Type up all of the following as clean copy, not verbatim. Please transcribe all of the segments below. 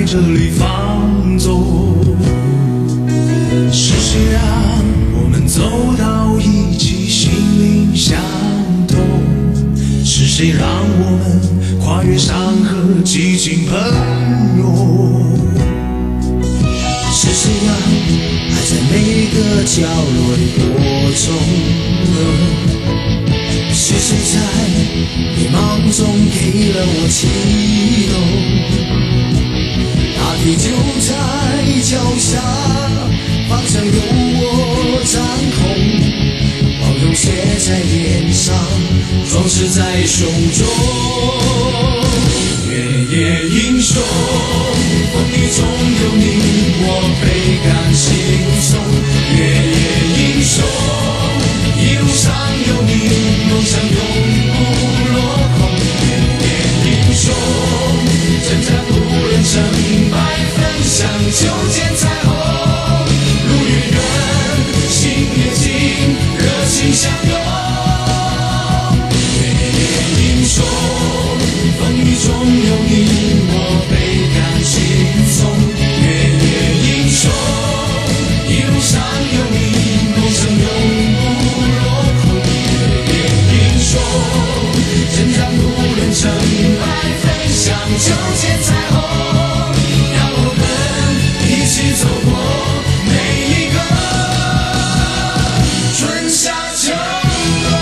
在这里放纵？是谁让我们走到一起，心灵相通？是谁让我们跨越山河，激情喷涌？是谁让爱在每个角落里播种？是谁在迷茫中给了我启动？大地就在脚下，方向由我掌控，光荣写在脸上，壮志在胸中。月夜英雄，风雨中有你，我倍感轻松。月夜英雄，一路上有你，梦想永不落空。月夜英雄，征战无论成败，分享就见彩虹。路越远，心越近，热情相拥。月夜英雄，风雨中有你，我倍感轻松。月夜英雄，一路上有你，梦想永不落空。月夜英雄，征战无论成败，分享就见彩虹。让我们一起走过每一个春夏秋冬。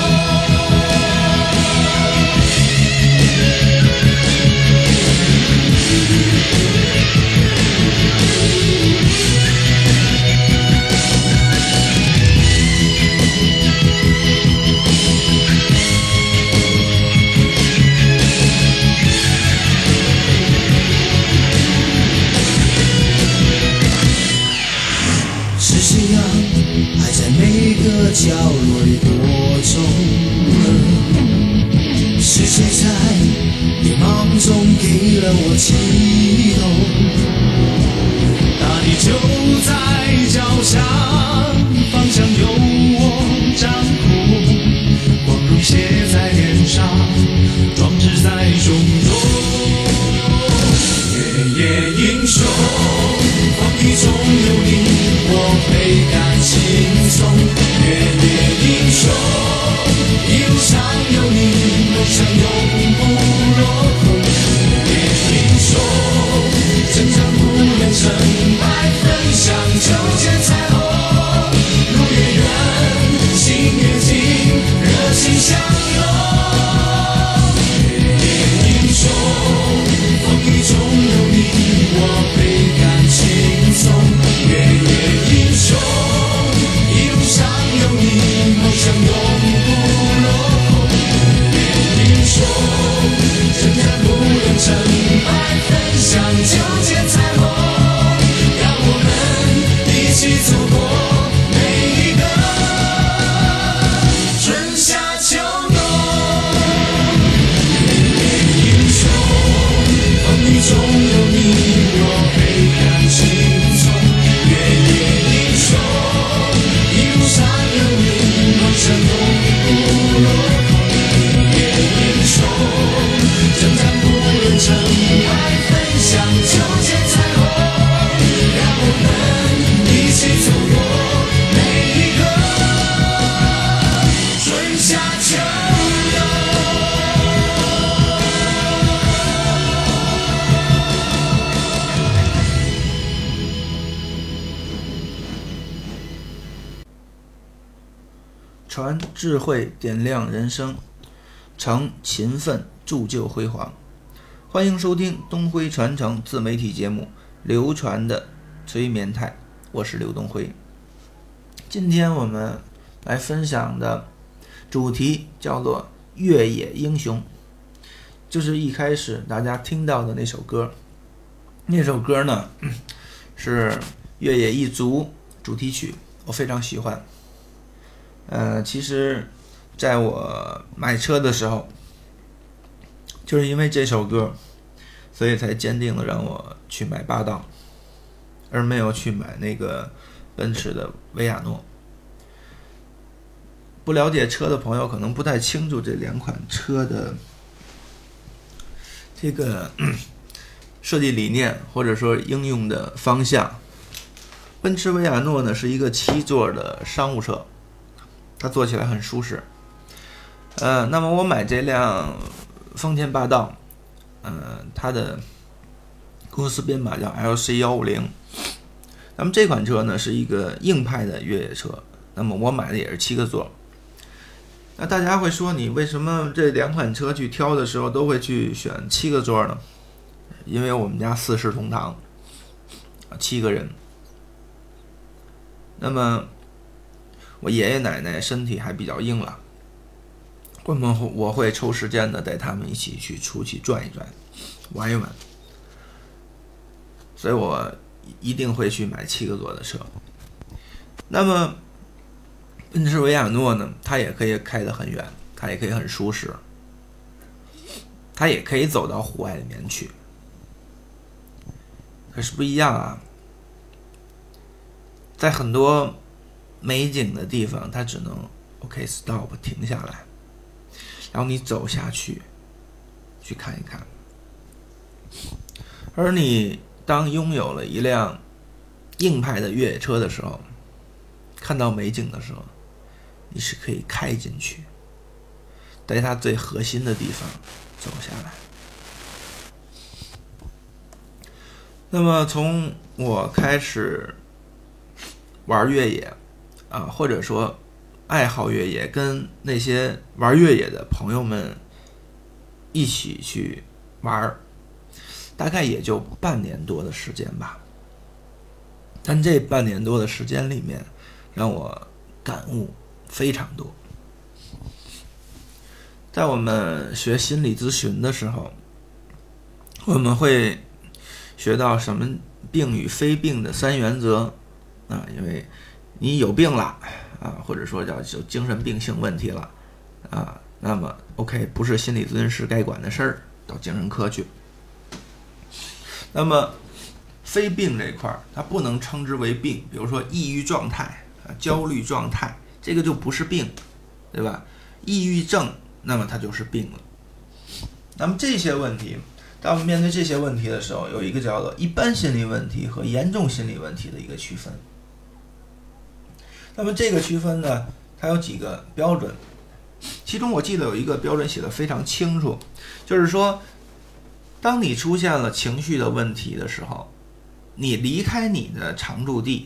是谁让爱在每个角落里播种？是谁在迷茫中给了我启动？大地就在脚下，方向由我掌控，光荣写在脸上，壮志在胸中。月夜英雄，风雨中有你，我倍感轻松。月夜英雄，一路上有你，梦想永不落空。月夜英雄，征战无论成败，分享就见彩虹。路越远，心越近，热情相拥。月夜英雄，风雨中有你，我倍感轻松。月夜英雄，一路上有你，梦想永不落空。月夜英雄，征战无论成败，分享就见彩虹。让我们一起走过每一个春夏秋冬。月夜英雄，风雨中有你，我倍感轻松。月夜英雄，一路上有你，梦想永不落空。月夜英雄，征战无论成败，分享就见彩虹。让我们一起走过每一个春夏秋冬。 传智慧，点亮人生；承勤奋，铸就辉煌。欢迎收听东辉传承自媒体节目《流传的催眠态》，我是刘东辉。今天我们来分享的主题叫做越野英雄，就是一开始大家听到的那首歌。那首歌呢是越野一族主题曲，我非常喜欢。其实在我买车的时候，就是因为这首歌，所以才坚定了让我去买霸道，而没有去买那个奔驰的维亚诺。不了解车的朋友可能不太清楚这两款车的这个设计理念或者说应用的方向。奔驰维亚诺呢是一个7座的商务车，它坐起来很舒适。那么我买这辆丰田霸道，它的公司编码叫 LC150。那么这款车呢是一个硬派的越野车，那么我买的也是7个座。那大家会说，你为什么这2款车去挑的时候都会去选7个座呢？因为我们家4世同堂，7个人。那么我爷爷奶奶身体还比较硬朗，我会抽时间的带他们一起去出去转一转，玩一玩，所以我一定会去买7个座的车。那么奔驰维亚诺呢，它也可以开得很远，它也可以很舒适，它也可以走到户外里面去。可是不一样啊，在很多美景的地方，它只能 stop 停下来，然后你走下去去看一看。而你当拥有了一辆硬派的越野车的时候，看到美景的时候，你是可以开进去，在它最核心的地方走下来。那么从我开始玩越野或者说爱好越野，跟那些玩越野的朋友们一起去玩，大概也就半年多的时间吧。但这半年多的时间里面，让我感悟非常多。在我们学心理咨询的时候，我们会学到什么病与非病的3原则因为你有病了或者说叫精神病性问题了那么 OK 不是心理咨询师该管的事儿，到精神科去。那么非病这一块它不能称之为病，比如说抑郁状态焦虑状态，这个就不是病，对吧？抑郁症那么它就是病了。那么这些问题，当我们面对这些问题的时候，有一个叫做一般心理问题和严重心理问题的一个区分。那么这个区分呢，它有几个标准，其中我记得有一个标准写得非常清楚，就是说当你出现了情绪的问题的时候，你离开你的常住地，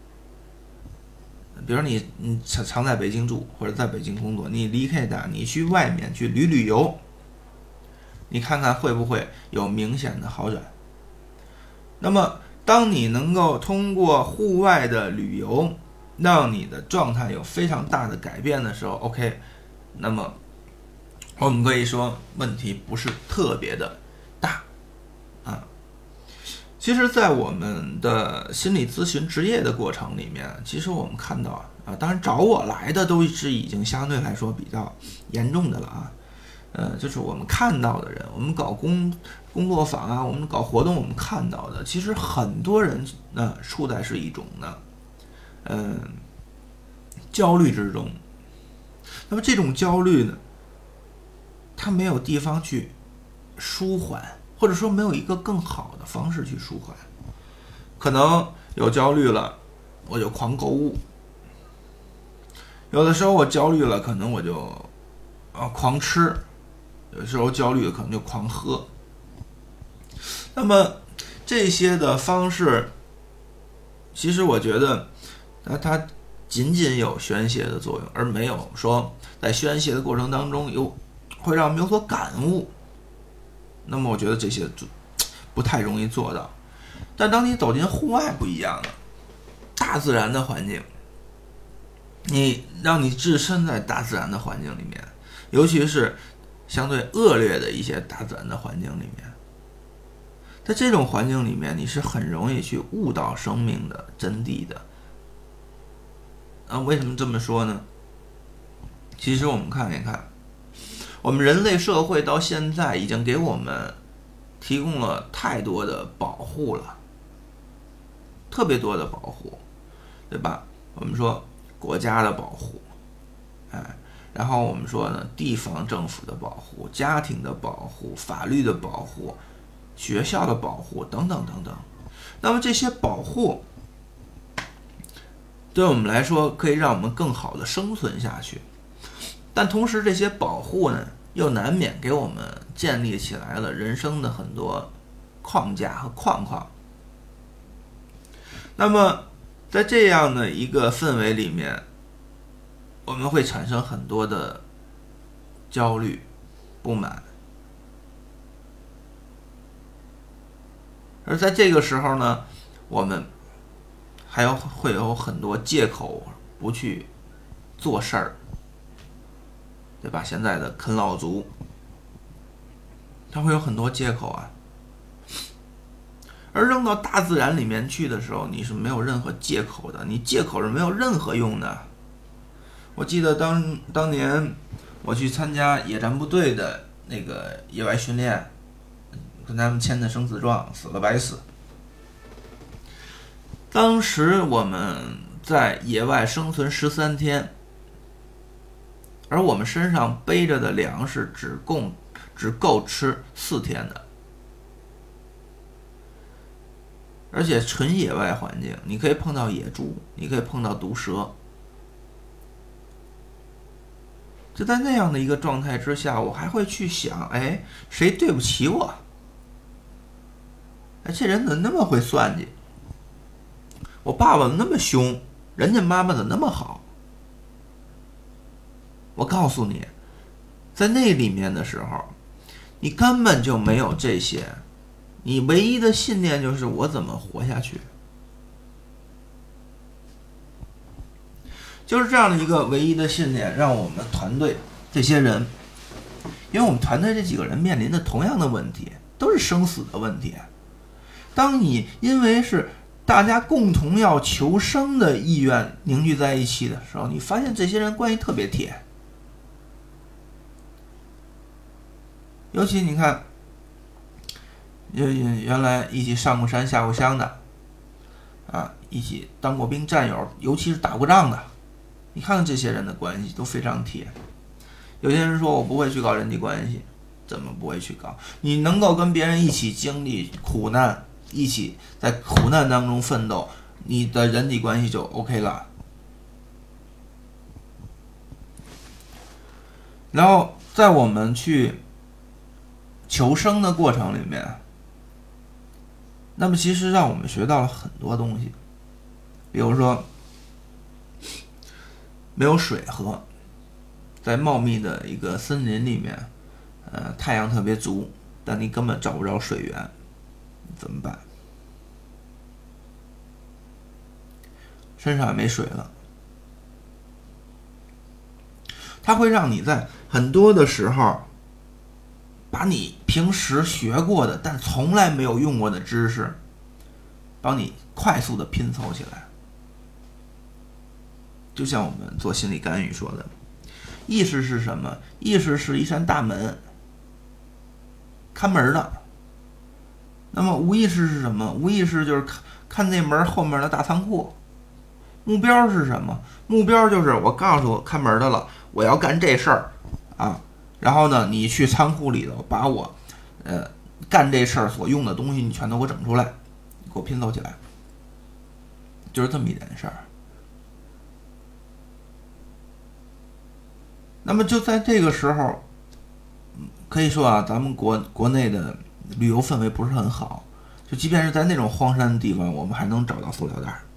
比如你常在北京住或者在北京工作，你离开它，你去外面去旅游，你看看会不会有明显的好转。那么当你能够通过户外的旅游让你的状态有非常大的改变的时候 OK， 那么我们可以说问题不是特别的大其实在我们的心理咨询职业的过程里面，其实我们看到当然找我来的都是已经相对来说比较严重的了就是我们看到的人，我们搞工作坊我们搞活动，我们看到的其实很多人处在是一种焦虑之中。那么这种焦虑呢，它没有地方去舒缓，或者说没有一个更好的方式去舒缓。可能有焦虑了，我就狂购物；有的时候我焦虑了，可能我就狂吃；有的时候焦虑了，可能就狂喝。那么这些的方式，其实我觉得它仅仅有宣泄的作用，而没有说在宣泄的过程当中会让我们有所感悟。那么我觉得这些不太容易做到。但当你走进户外不一样了，大自然的环境，你让你置身在大自然的环境里面，尤其是相对恶劣的一些大自然的环境里面，在这种环境里面，你是很容易去悟到生命的真谛的。为什么这么说呢？其实我们看一看，我们人类社会到现在已经给我们提供了太多的保护了，特别多的保护，对吧？我们说国家的保护，然后我们说呢，地方政府的保护，家庭的保护，法律的保护， 学校的保护等等等等。那么这些保护对我们来说可以让我们更好的生存下去，但同时这些保护呢，又难免给我们建立起来了人生的很多框架和框框。那么在这样的一个氛围里面，我们会产生很多的焦虑、不满，而在这个时候呢，我们会有很多借口不去做事儿，对吧？现在的啃老族，他会有很多借口啊。而扔到大自然里面去的时候，你是没有任何借口的，你借口是没有任何用的。我记得当年我去参加野战部队的那个野外训练，跟他们签的生死状，死了白死。当时我们在野外生存13天，而我们身上背着的粮食只够吃4天的，而且纯野外环境，你可以碰到野猪，你可以碰到毒蛇。就在那样的一个状态之下，我还会去想，谁对不起我？这人怎么那么会算计？我爸爸那么凶，人家妈妈怎么那么好？我告诉你，在那里面的时候，你根本就没有这些，你唯一的信念就是我怎么活下去。就是这样的一个唯一的信念，让我们团队这些人，因为我们团队这几个人面临的同样的问题，都是生死的问题。当你因为是大家共同要求生的意愿凝聚在一起的时候，你发现这些人关系特别铁。尤其你看，原来一起上过山下过乡的啊，一起当过兵战友，尤其是打过仗的，你看看这些人的关系都非常铁。有些人说我不会去搞人际关系，怎么不会去搞？你能够跟别人一起经历苦难，一起在苦难当中奋斗，你的人际关系就 OK 了。然后在我们去求生的过程里面，那么其实让我们学到了很多东西，比如说没有水喝，在茂密的一个森林里面，太阳特别足，但你根本找不着水源，怎么办？身上也没水了。它会让你在很多的时候，把你平时学过的但从来没有用过的知识，帮你快速的拼凑起来。就像我们做心理干预说的，意识是什么？意识是一扇大门，看门的。那么无意识是什么？无意识就是看那门后面的大仓库。目标是什么？目标就是我告诉看门的了，我要干这事儿啊。然后呢，你去仓库里头把我干这事儿所用的东西，你全都给我整出来，你给我拼凑起来，就是这么一件事儿。那么就在这个时候，可以说啊，咱们国内的旅游氛围不是很好，就即便是在那种荒山的地方，我们还能找到塑料袋。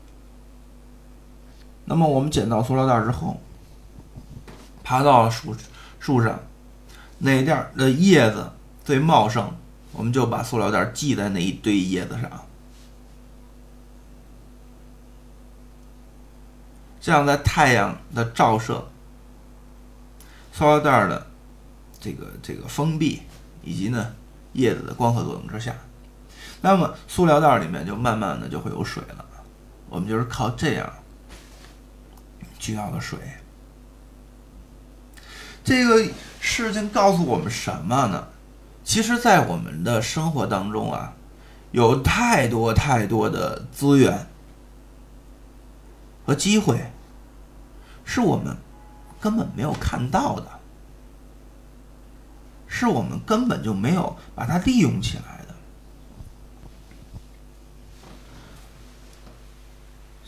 那么我们捡到塑料袋之后，爬到树上，哪点的叶子最茂盛，我们就把塑料袋系在那一堆叶子上，这样在太阳的照射、塑料袋的这个封闭以及呢叶子的光合作用之下，那么塑料袋里面就慢慢的就会有水了。我们就是靠这样去要的水。这个事情告诉我们什么呢？其实在我们的生活当中啊，有太多太多的资源和机会是我们根本没有看到的，是我们根本就没有把它利用起来的。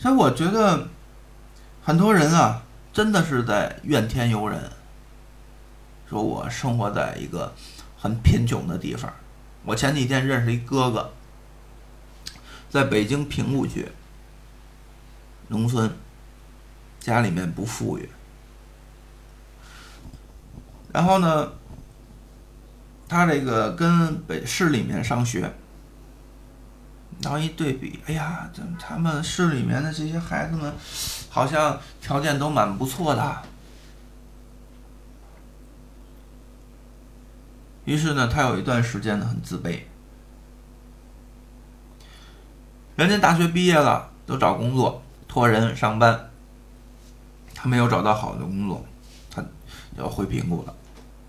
所以我觉得很多人啊，真的是在怨天尤人，说我生活在一个很贫穷的地方。我前几天认识一哥哥，在北京平谷区农村，家里面不富裕，然后呢，他这个跟北市里面上学，然后一对比，哎呀，他们市里面的这些孩子们好像条件都蛮不错的。于是呢，他有一段时间呢很自卑。人家大学毕业了，都找工作，托人上班，他没有找到好的工作，他就要回平谷了。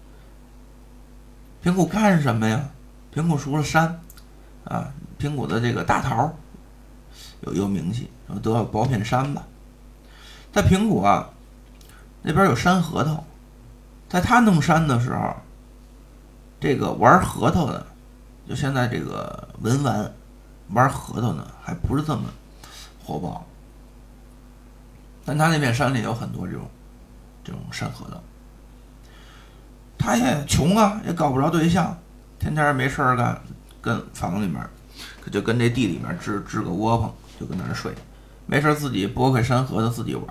平谷干什么呀？平谷除了山啊，平谷的这个大桃有名气，都要薄片山吧。在平谷啊，那边有山核桃，在他弄山的时候，这个玩核桃的，就现在这个文玩玩核桃呢，还不是这么火爆。但他那片山里有很多这种山核桃，他也穷啊，也搞不着对象，天天没事儿干，跟房子里面就跟这地里面支个窝棚，就跟那儿睡，没事自己剥开山核桃自己玩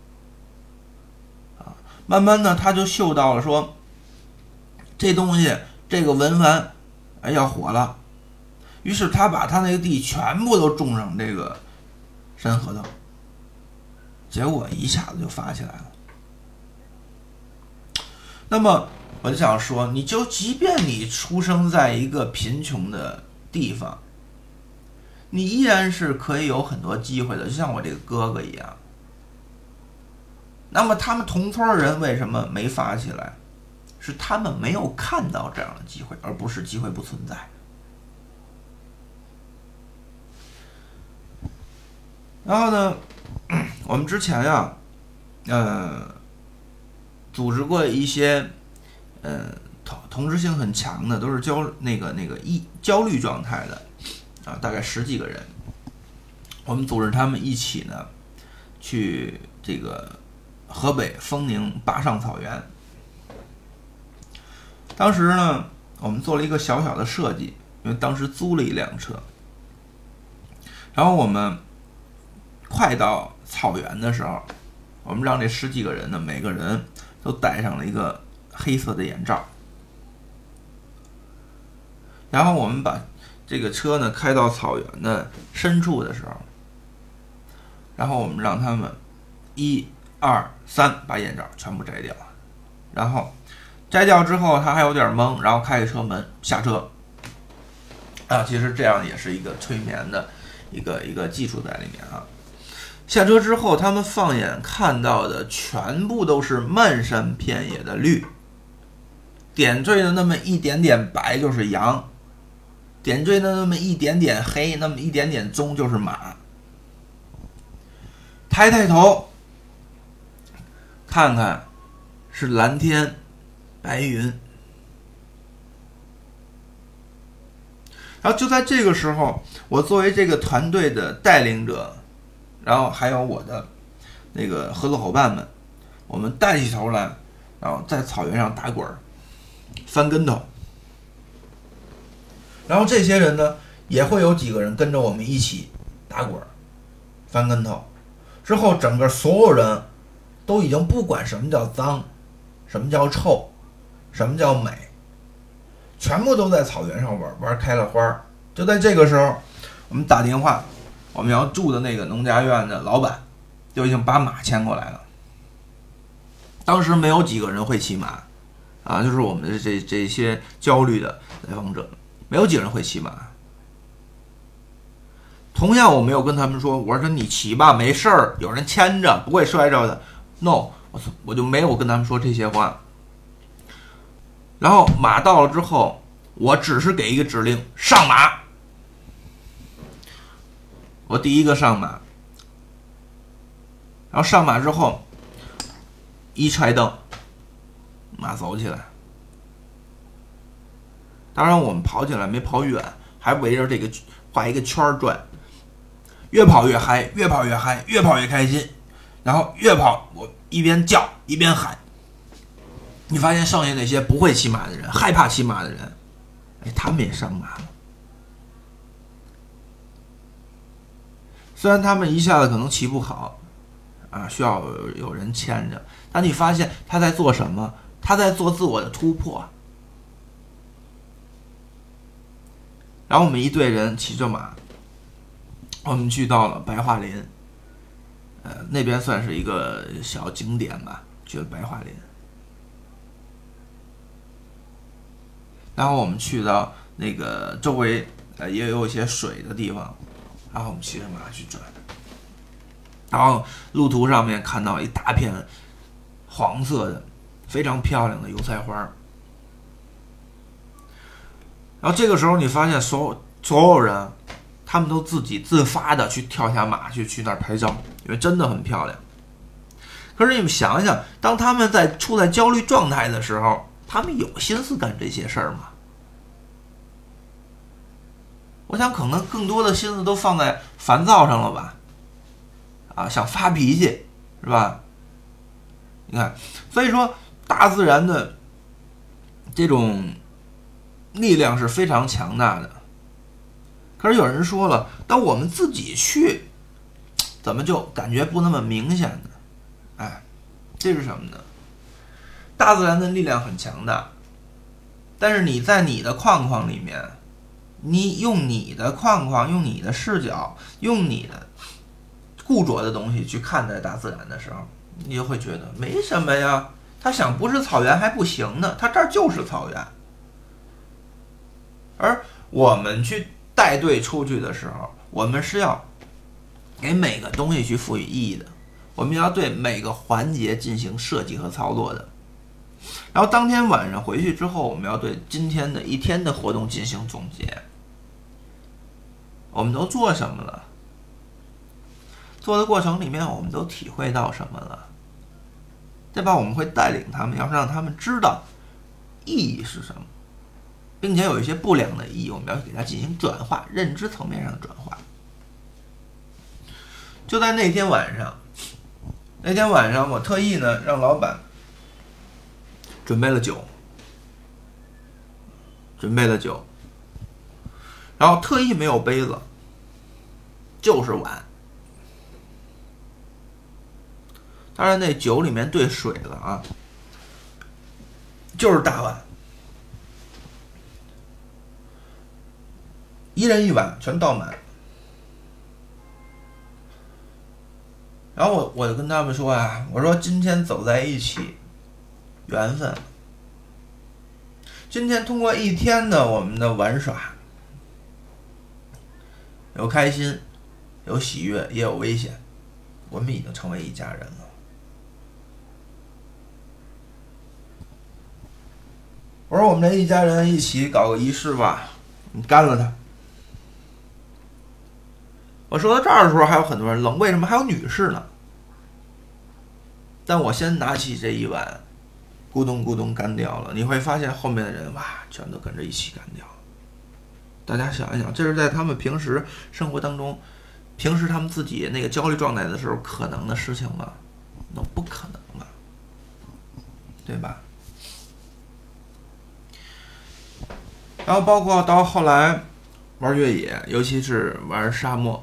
啊。慢慢的他就嗅到了说，这东西这个文玩要火了，于是他把他那个地全部都种上这个山核桃，结果一下子就发起来了。那么我就想说，即便你出生在一个贫穷的地方，你依然是可以有很多机会的，就像我这个哥哥一样。那么他们同村人为什么没发起来？是他们没有看到这样的机会，而不是机会不存在。然后呢，我们之前呀，组织过一些同质性很强的，都是焦虑状态的啊，大概10几个人，我们组织他们一起呢，去这个河北丰宁坝上草原。当时呢，我们做了一个小小的设计，因为当时租了一辆车，然后我们快到草原的时候，我们让这10几个人呢，每个人都戴上了一个黑色的眼罩，然后我们把这个车呢开到草原的深处的时候，然后我们让他们1、2、3把眼罩全部摘掉，然后摘掉之后他还有点懵，然后开车门下车啊，其实这样也是一个催眠的一个技术在里面啊。下车之后，他们放眼看到的全部都是漫山遍野的绿，点缀的那么一点点白就是羊，点缀的那么一点点黑，那么一点点棕就是马。抬头看看，是蓝天白云。然后就在这个时候，我作为这个团队的带领者，然后还有我的那个合作伙伴们，我们带起头来，然后在草原上打滚翻跟头。然后这些人呢，也会有几个人跟着我们一起打滚翻跟头。之后整个所有人都已经不管什么叫脏，什么叫臭，什么叫美，全部都在草原上玩开了花。就在这个时候，我们打电话，我们要住的那个农家院的老板就已经把马牵过来了。当时没有几个人会骑马啊，就是我们的这些焦虑的来访者，没有几个人会骑马。同样我没有跟他们说，我说你骑吧，没事儿，有人牵着，不会摔着的。No， 我就没有跟他们说这些话。然后马到了之后，我只是给一个指令，上马。我第一个上马，然后上马之后一踹蹬，马走起来。当然我们跑起来没跑远，还围着这个画一个圈转。 越跑越嗨，越跑越嗨，越跑越开心，然后越跑我一边叫一边喊。你发现剩下那些不会骑马的人，害怕骑马的人，他们也上马了。虽然他们一下子可能骑不好啊，需要有人牵着，但你发现他在做什么？他在做自我的突破。然后我们一队人骑着马，我们去到了白桦林，那边算是一个小景点吧，去了白桦林。然后我们去到那个周围也有一些水的地方，然后我们骑着马去转，然后路途上面看到一大片黄色的非常漂亮的油菜花，然后这个时候你发现所有人他们都自发的去跳下马去那儿拍照，因为真的很漂亮。可是你们想想，当他们处在焦虑状态的时候，他们有心思干这些事儿吗？我想可能更多的心思都放在烦躁上了吧，想发脾气，是吧？你看，所以说大自然的这种力量是非常强大的。可是有人说了，当我们自己去，怎么就感觉不那么明显呢？这是什么呢？大自然的力量很强大，但是你在你的框框里面，你用你的框框，用你的视角，用你的固着的东西去看待大自然的时候，你就会觉得没什么呀，他想不是草原还不行呢，他这儿就是草原。而我们去带队出去的时候，我们是要给每个东西去赋予意义的，我们要对每个环节进行设计和操作的。然后当天晚上回去之后，我们要对今天的一天的活动进行总结，我们都做什么了，做的过程里面我们都体会到什么了，对吧？我们会带领他们，要让他们知道意义是什么，并且有一些不良的意义，我们要给它进行转化，认知层面上的转化。就在那天晚上，我特意呢让老板准备了酒，然后特意没有杯子，就是碗。当然那酒里面兑水了啊，就是大碗，一人一碗全倒满。然后我就跟他们说我说今天走在一起，缘分。今天通过一天的我们的玩耍，有开心，有喜悦，也有危险，我们已经成为一家人了。我说我们这一家人一起搞个仪式吧，你干了它。我说到这儿的时候还有很多人愣，为什么还有女士呢？但我先拿起这一碗，咕咚咕咚干掉了，你会发现后面的人全都跟着一起干掉了。大家想一想，这是在他们平时生活当中，平时他们自己那个焦虑状态的时候可能的事情吗？那不可能嘛，对吧？然后包括到后来玩越野，尤其是玩沙漠，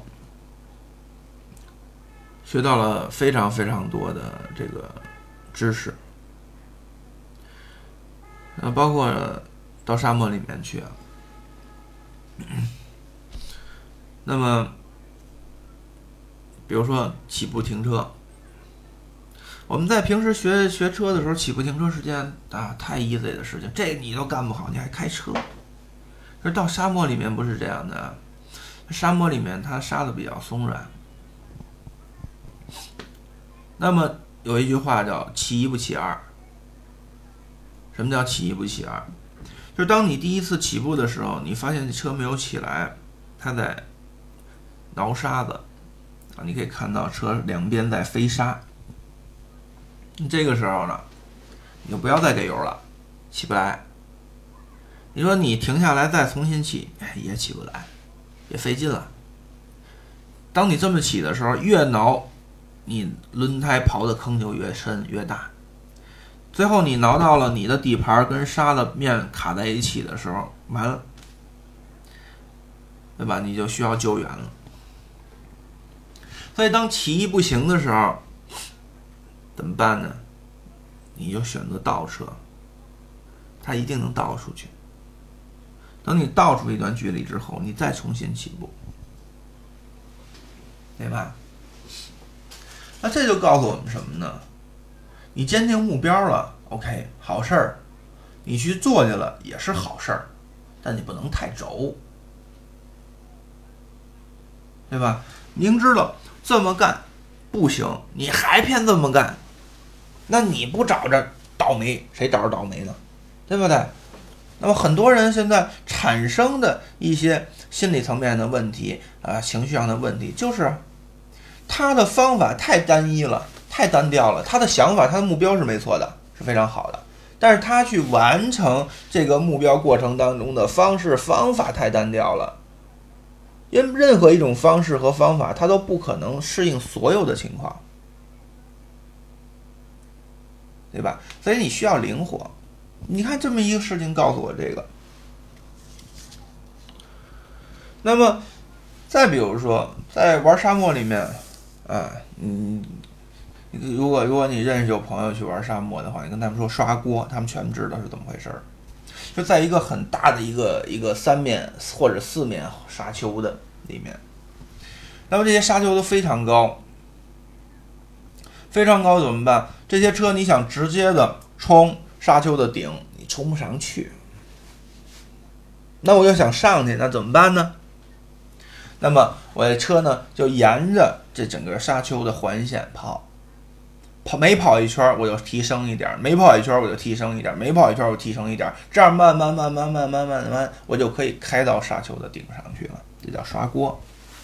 学到了非常非常多的这个知识。包括到沙漠里面去那么比如说起步停车，我们在平时学车的时候，起步停车是件太 easy 的事情，这你都干不好，你还开车。可是到沙漠里面不是这样的，沙漠里面它沙子比较松软。那么有一句话叫起一不起二。什么叫起一不起二？就是当你第一次起步的时候，你发现车没有起来，它在挠沙子你可以看到车两边在飞沙。这个时候呢，你就不要再给油了，起不来。你说你停下来再重新起，也起不来，也费劲了。 当你这么起的时候，越挠，你轮胎刨的坑就越深越大。最后你挠到了你的底盘跟刹的面卡在一起的时候，完了，对吧？你就需要救援了。所以当骑一不行的时候，怎么办呢？你就选择倒车，它一定能倒出去。等你倒出一段距离之后，你再重新起步，对吧？那这就告诉我们什么呢？你坚定目标了 ，OK， 好事儿，你去做去了也是好事儿，但你不能太轴，对吧？明知道这么干不行，你还偏这么干，那你不找着倒霉，谁找着倒霉呢？对不对？那么很多人现在产生的一些心理层面的问题情绪上的问题，就是他的方法太单一了，太单调了。他的想法，他的目标是没错的，是非常好的，但是他去完成这个目标过程当中的方法太单调了。因为任何一种方式和方法，它都不可能适应所有的情况，对吧？所以你需要灵活。你看这么一个事情告诉我这个。那么再比如说在玩沙漠里面如果你认识有朋友去玩沙漠的话，你跟他们说刷锅，他们全知道是怎么回事儿。就在一个很大的一个3面或者4面沙丘的里面，那么这些沙丘都非常高，非常高怎么办？这些车你想直接的冲沙丘的顶，你冲不上去。那我又想上去，那怎么办呢？那么我的车呢，就沿着这整个沙丘的环线每跑一圈我就提升一点，每跑一圈我就提升一点，每跑一圈我提升一点，这样慢慢我就可以开到沙丘的顶上去了，这叫刷锅。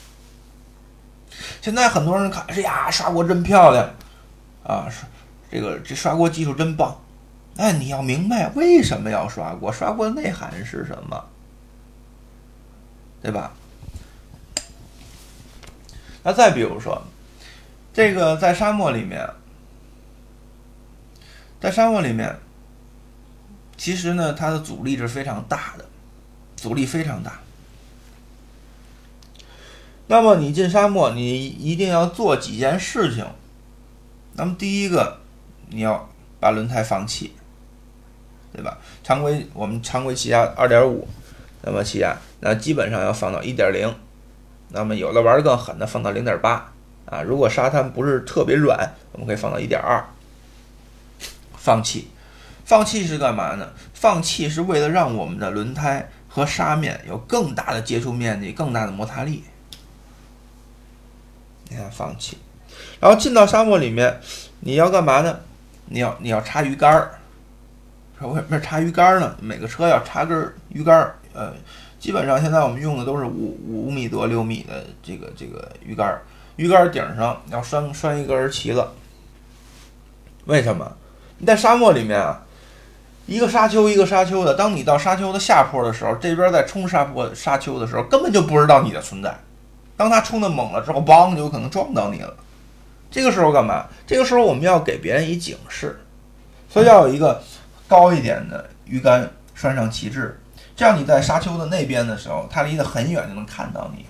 现在很多人看，呀，刷锅真漂亮啊，这刷锅技术真棒。哎，你要明白为什么要刷锅，刷锅的内涵是什么，对吧？那再比如说，这个在沙漠里面，其实呢，它的阻力是非常大的，阻力非常大。那么你进沙漠，你一定要做几件事情。那么第一个，你要把轮胎放气，对吧？我们常规气压 2.5， 那么气压那基本上要放到 1.0， 那么有的玩得更狠的放到 0.8 啊。如果沙滩不是特别软，我们可以放到 1.2。放气是干嘛呢？放气是为了让我们的轮胎和沙面有更大的接触面积，更大的摩擦力。你看放气，然后进到沙漠里面，你要干嘛呢？你要插鱼竿儿。为什么插鱼竿呢？每个车要插根鱼竿，基本上现在我们用的都是5米多6米的这个鱼竿，鱼竿顶上要拴一根旗子。为什么？你在沙漠里面啊，一个沙丘一个沙丘的，当你到沙丘的下坡的时候，这边在冲沙丘的时候，根本就不知道你的存在。当它冲的猛了之后，邦就有可能撞到你了。这个时候干嘛？这个时候我们要给别人以警示，所以要有一个高一点的鱼竿拴上旗帜，这样你在沙丘的那边的时候，它离得很远就能看到你。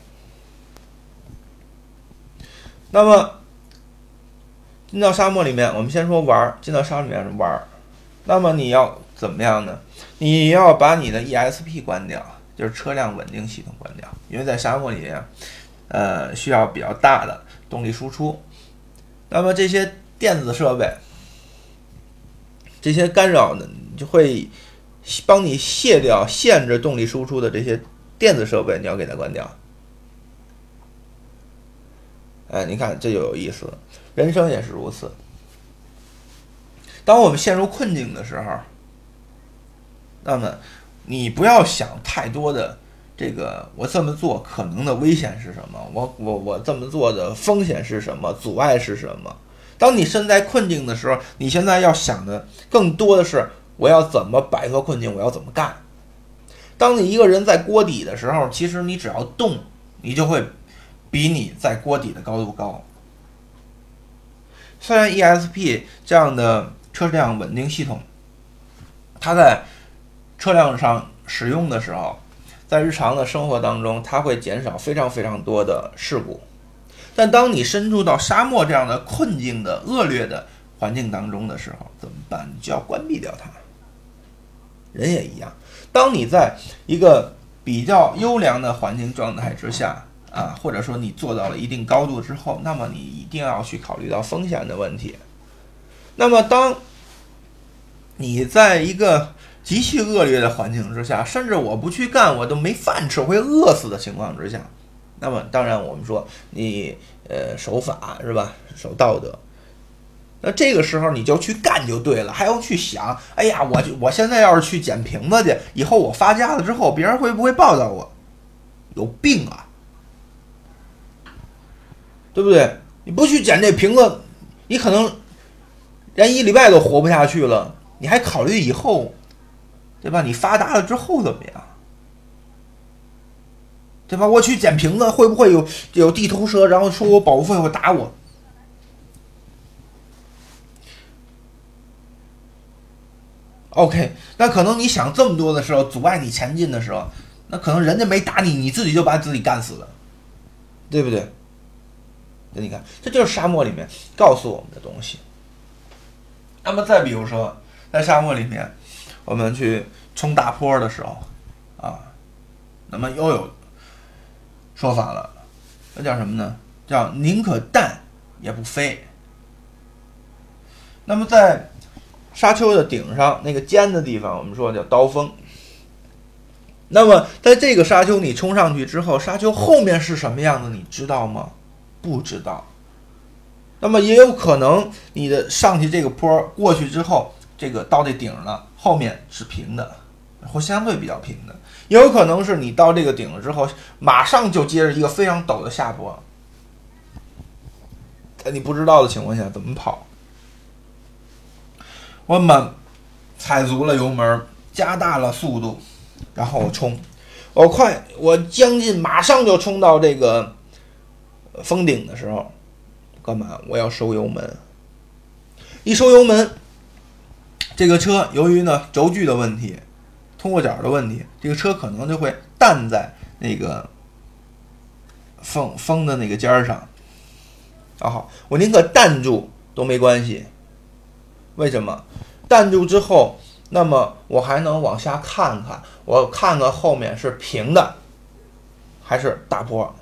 那么进到沙漠里面，我们先说玩，进到沙漠里面玩，那么你要怎么样呢？你要把你的 ESP 关掉，就是车辆稳定系统关掉，因为在沙漠里面需要比较大的动力输出。那么这些电子设备，这些干扰呢，就会帮你卸掉限制动力输出的这些电子设备，你要给它关掉。你看这就有意思了，人生也是如此。当我们陷入困境的时候，那么你不要想太多的这个我这么做可能的危险是什么，我这么做的风险是什么，阻碍是什么。当你身在困境的时候，你现在要想的更多的是我要怎么摆脱困境，我要怎么干。当你一个人在锅底的时候，其实你只要动，你就会比你在锅底的高度高。虽然 ESP 这样的车辆稳定系统，它在车辆上使用的时候，在日常的生活当中，它会减少非常非常多的事故。但当你深入到沙漠这样的困境的恶劣的环境当中的时候，怎么办？你就要关闭掉它。人也一样，当你在一个比较优良的环境状态之下啊，或者说你做到了一定高度之后，那么你一定要去考虑到风险的问题。那么当你在一个极其恶劣的环境之下，甚至我不去干我都没饭吃，会饿死的情况之下，那么当然我们说你守法是吧，守道德，那这个时候你就去干就对了，还要去想，哎呀，我现在要是去捡瓶子去，以后我发家了之后，别人会不会报答我？有病啊，对不对？你不去捡这瓶子，你可能连1礼拜都活不下去了，你还考虑以后，对吧？你发达了之后怎么样？对吧？我去捡瓶子，会不会有地头蛇，然后说我保护费会打我？OK， 那可能你想这么多的时候，阻碍你前进的时候，那可能人家没打你，你自己就把自己干死了，对不对？那你看，这就是沙漠里面告诉我们的东西。那么再比如说，在沙漠里面，我们去冲大坡的时候，啊，那么又有说法了，那叫什么呢？叫宁可弹也不飞。那么在沙丘的顶上那个尖的地方，我们说叫刀锋。那么在这个沙丘你冲上去之后，沙丘后面是什么样的你知道吗？不知道。那么也有可能你的上去这个坡过去之后，这个到这顶了，后面是平的，或相对比较平的。也有可能是你到这个顶了之后，马上就接着一个非常陡的下坡，在你不知道的情况下怎么跑？我们踩足了油门，加大了速度，然后我冲，我将近马上就冲到这个峰顶的时候，干嘛？我要收油门。一收油门，这个车由于呢轴距的问题、通过角的问题，这个车可能就会弹在那个峰的那个尖上。好，我宁可弹住都没关系。为什么？弹住之后，那么我还能往下看看，我看看后面是平的还是大坡。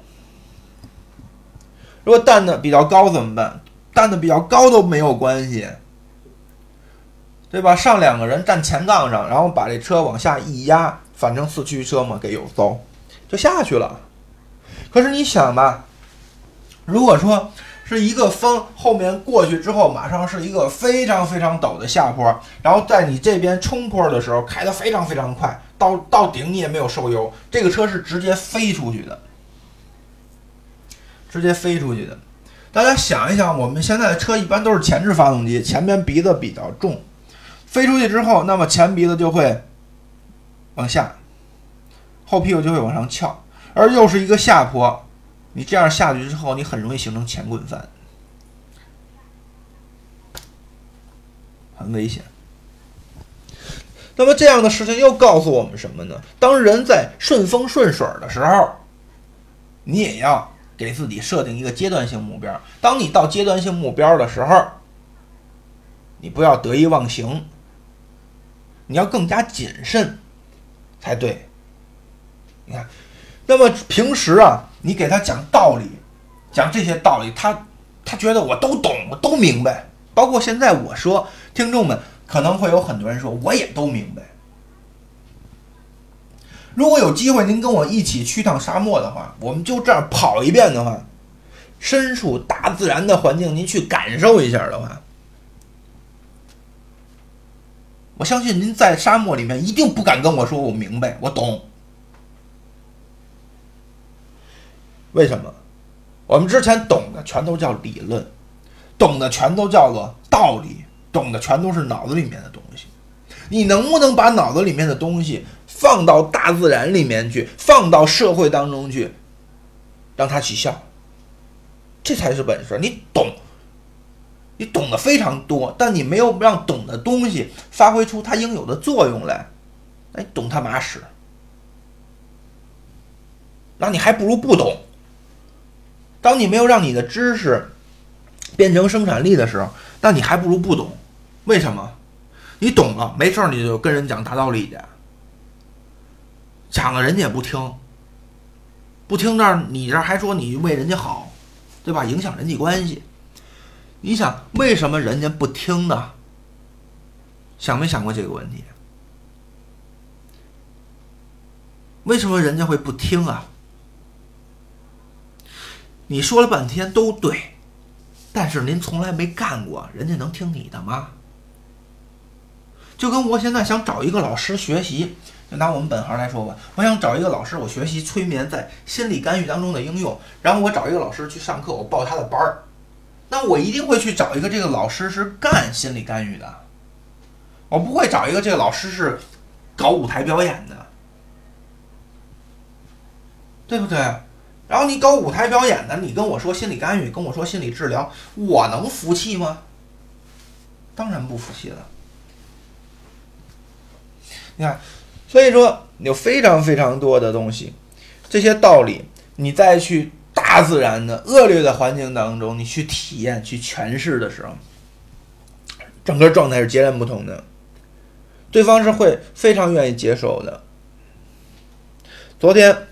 如果弹的比较高怎么办？弹的比较高都没有关系，对吧？上2个人站前杠上，然后把这车往下一压，反正4驱车嘛，给油馊就下去了。可是你想吧，如果说是一个峰后面过去之后，马上是一个非常非常陡的下坡，然后在你这边冲坡的时候开得非常非常快，到顶你也没有收油，这个车是直接飞出去的。大家想一想，我们现在的车一般都是前置发动机，前边鼻子比较重，飞出去之后，那么前鼻子就会往下，后屁股就会往上翘，而又是一个下坡，你这样下去之后，你很容易形成前滚翻，很危险。那么这样的事情又告诉我们什么呢？当人在顺风顺水的时候，你也要给自己设定一个阶段性目标。当你到阶段性目标的时候，你不要得意忘形，你要更加谨慎才对。你看，那么平时啊，你给他讲道理，讲这些道理，他觉得我都懂，我都明白。包括现在我说，听众们可能会有很多人说，我也都明白。如果有机会您跟我一起去趟沙漠的话，我们就这样跑一遍的话，身处大自然的环境您去感受一下的话，我相信您在沙漠里面一定不敢跟我说我明白我懂。为什么？我们之前懂的全都叫理论，懂的全都叫做道理，懂的全都是脑子里面的东西。你能不能把脑子里面的东西放到大自然里面去，放到社会当中去，让它起效？ 这才是本事。你懂得非常多，但你没有让懂的东西发挥出它应有的作用来，那你懂他妈屎。那你还不如不懂。当你没有让你的知识变成生产力的时候，那你还不如不懂。为什么？你懂了，没事你就跟人讲大道理去，讲了人家也不听，不听这儿你这还说你为人家好，对吧？影响人际关系。你想为什么人家不听呢？想没想过这个问题？为什么人家会不听啊？你说了半天都对，但是您从来没干过，人家能听你的吗？就跟我现在想找一个老师学习，就拿我们本行来说吧，我想找一个老师，我学习催眠在心理干预当中的应用，然后我找一个老师去上课，我报他的班儿，那我一定会去找一个这个老师是干心理干预的，我不会找一个这个老师是搞舞台表演的，对不对？然后你搞舞台表演的，你跟我说心理干预，跟我说心理治疗，我能服气吗？当然不服气了。你看，所以说有非常非常多的东西，这些道理你再去大自然的恶劣的环境当中，你去体验去诠释的时候，整个状态是截然不同的，对方是会非常愿意接受的。昨天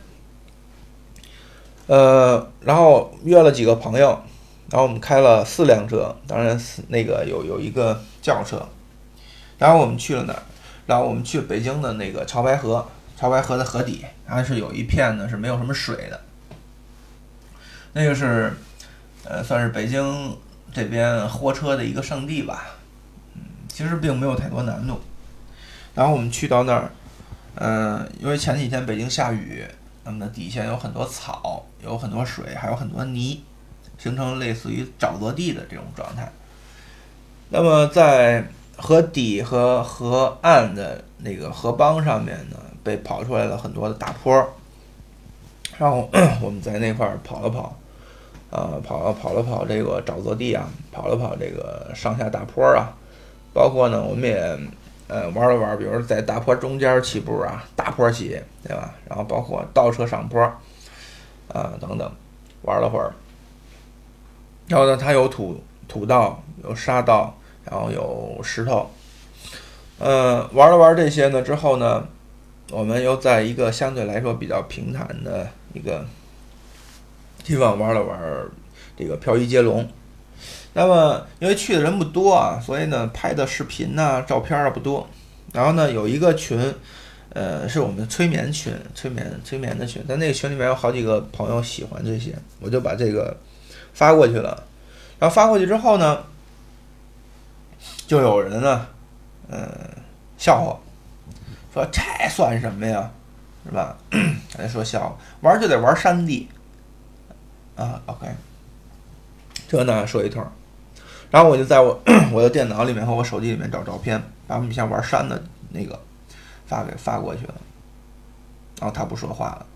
然后约了几个朋友，然后我们开了4辆车，当然那个有一个轿车，然后我们去了哪儿？然后我们去北京的那个潮白河的河底，还是有一片呢是没有什么水的，那个是算是北京这边货车的一个圣地吧，其实并没有太多难度。然后我们去到那儿，因为前几天北京下雨，那么底下有很多草，有很多水，还有很多泥，形成类似于沼泽地的这种状态。那么在河底和河岸的那个河帮上面呢，被跑出来了很多的大坡，然后我们在那块跑了跑，跑了跑这个沼泽地啊，跑了跑这个上下大坡啊，包括呢我们也玩了玩，比如在大坡中间起步啊，大坡起，对吧？然后包括倒车上坡等等，玩了会儿。然后呢，它有土道，有沙道，然后有石头。玩了玩这些呢之后呢，我们又在一个相对来说比较平坦的一个地方玩了玩这个漂移接龙。那么因为去的人不多啊，所以呢拍的视频啊照片啊不多。然后呢有一个群，是我们催眠群，催眠的群，但那个群里面有好几个朋友喜欢这些，我就把这个发过去了。然后发过去之后呢，就有人呢笑话说这算什么呀，是吧？还说笑话，玩就得玩山地啊 OK， 这呢说一通。然后我就在我的电脑里面和我手机里面找照片，把我们像玩山的那个发过去了。然后他不说话了。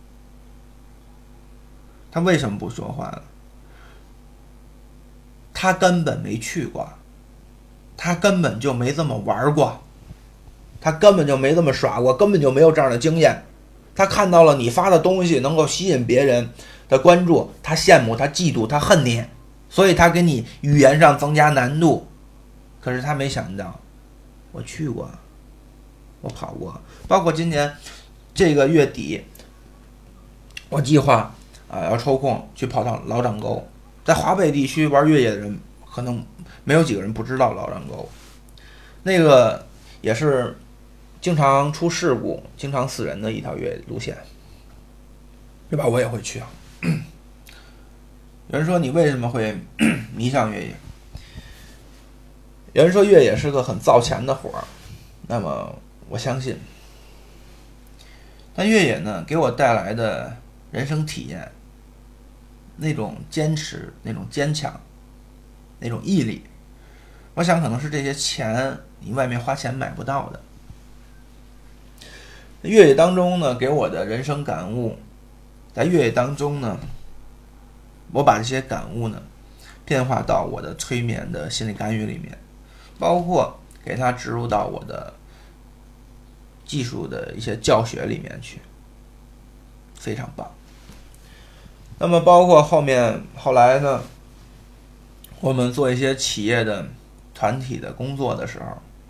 他为什么不说话呢？他根本没去过，他根本就没这么玩过，他根本就没这么耍过，根本就没有这样的经验。他看到了你发的东西能够吸引别人的关注，他羡慕，他嫉妒，他恨你，所以他给你语言上增加难度。可是他没想到，我去过，我跑过，包括今年这个月底，我计划要抽空去跑趟老掌沟。在华北地区玩越野的人，可能没有几个人不知道老掌沟，那个也是经常出事故、经常死人的一条越野路线，对吧？我也会去啊。有人说你为什么会迷上越野？有人说越野是个很造钱的活儿，那么我相信。但越野呢，给我带来的人生体验，那种坚持，那种坚强，那种毅力，我想可能是这些钱你外面花钱买不到的。越野当中呢，给我的人生感悟，在越野当中呢， 我把这些感悟呢变化到我的催眠的心理干预里面，包括给它植入到我的技术的一些教学里面去，非常棒。那么包括后来呢，我们做一些企业的团体的工作的时候，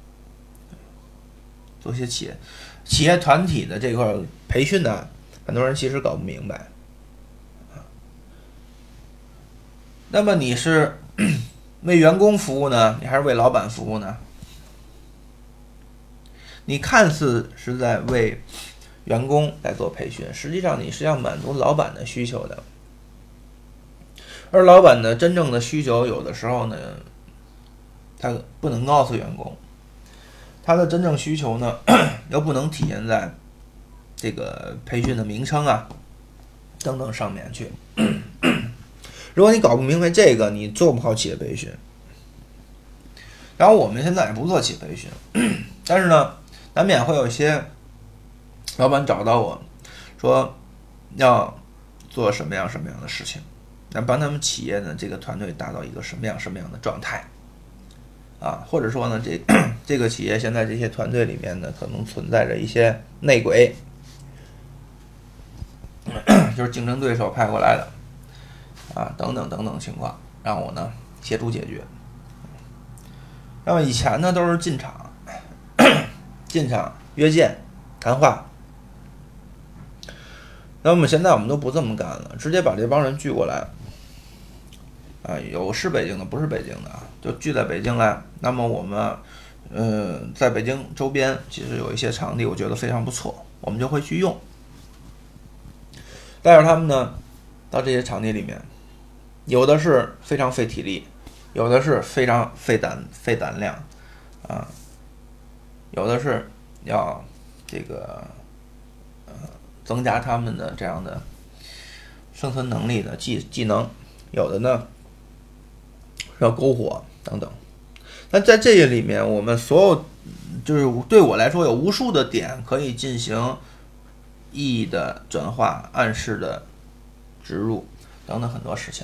做一些企业团体的这块培训呢，很多人其实搞不明白。那么你是为员工服务呢，你还是为老板服务呢？你看似是在为员工来做培训，实际上你是要满足老板的需求的。而老板的真正的需求，有的时候呢，他不能告诉员工，他的真正需求呢，又不能体现在这个培训的名称啊等等上面去。如果你搞不明白这个，你做不好企业培训。然后我们现在也不做企业培训，但是呢，难免会有一些老板找到我说要做什么样的事情，来帮他们企业呢这个团队达到一个什么样的状态啊，或者说呢这个企业现在这些团队里面呢可能存在着一些内鬼，就是竞争对手派过来的啊，等等情况，让我呢协助解决。那么以前呢都是进场约见谈话，那么现在我们都不这么干了，直接把这帮人聚过来啊，有是北京的不是北京的啊，就聚在北京来。那么我们在北京周边其实有一些场地我觉得非常不错，我们就会去用，带着他们呢到这些场地里面，有的是非常费体力，有的是非常费胆量啊，有的是要这个增加他们的这样的生存能力的技能，有的呢要篝火等等。那在这里面，我们所有就是对我来说有无数的点可以进行意义的转化、暗示的植入等等很多事情，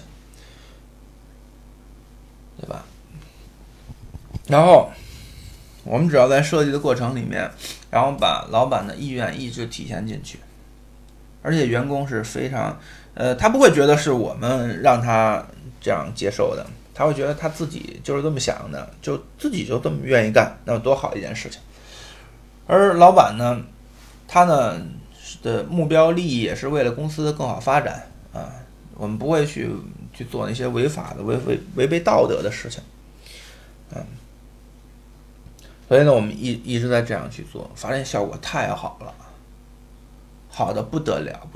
对吧？然后我们只要在设计的过程里面，然后把老板的意愿意志体现进去，而且员工是非常他不会觉得是我们让他这样接受的，他会觉得他自己就是这么想的，就自己就这么愿意干，那么多好一件事情。而老板呢，他呢的目标利益也是为了公司的更好发展啊，我们不会去做那些违法的违背道德的事情，所以呢，我们一直在这样去做，发现效果太好了，好的不得了。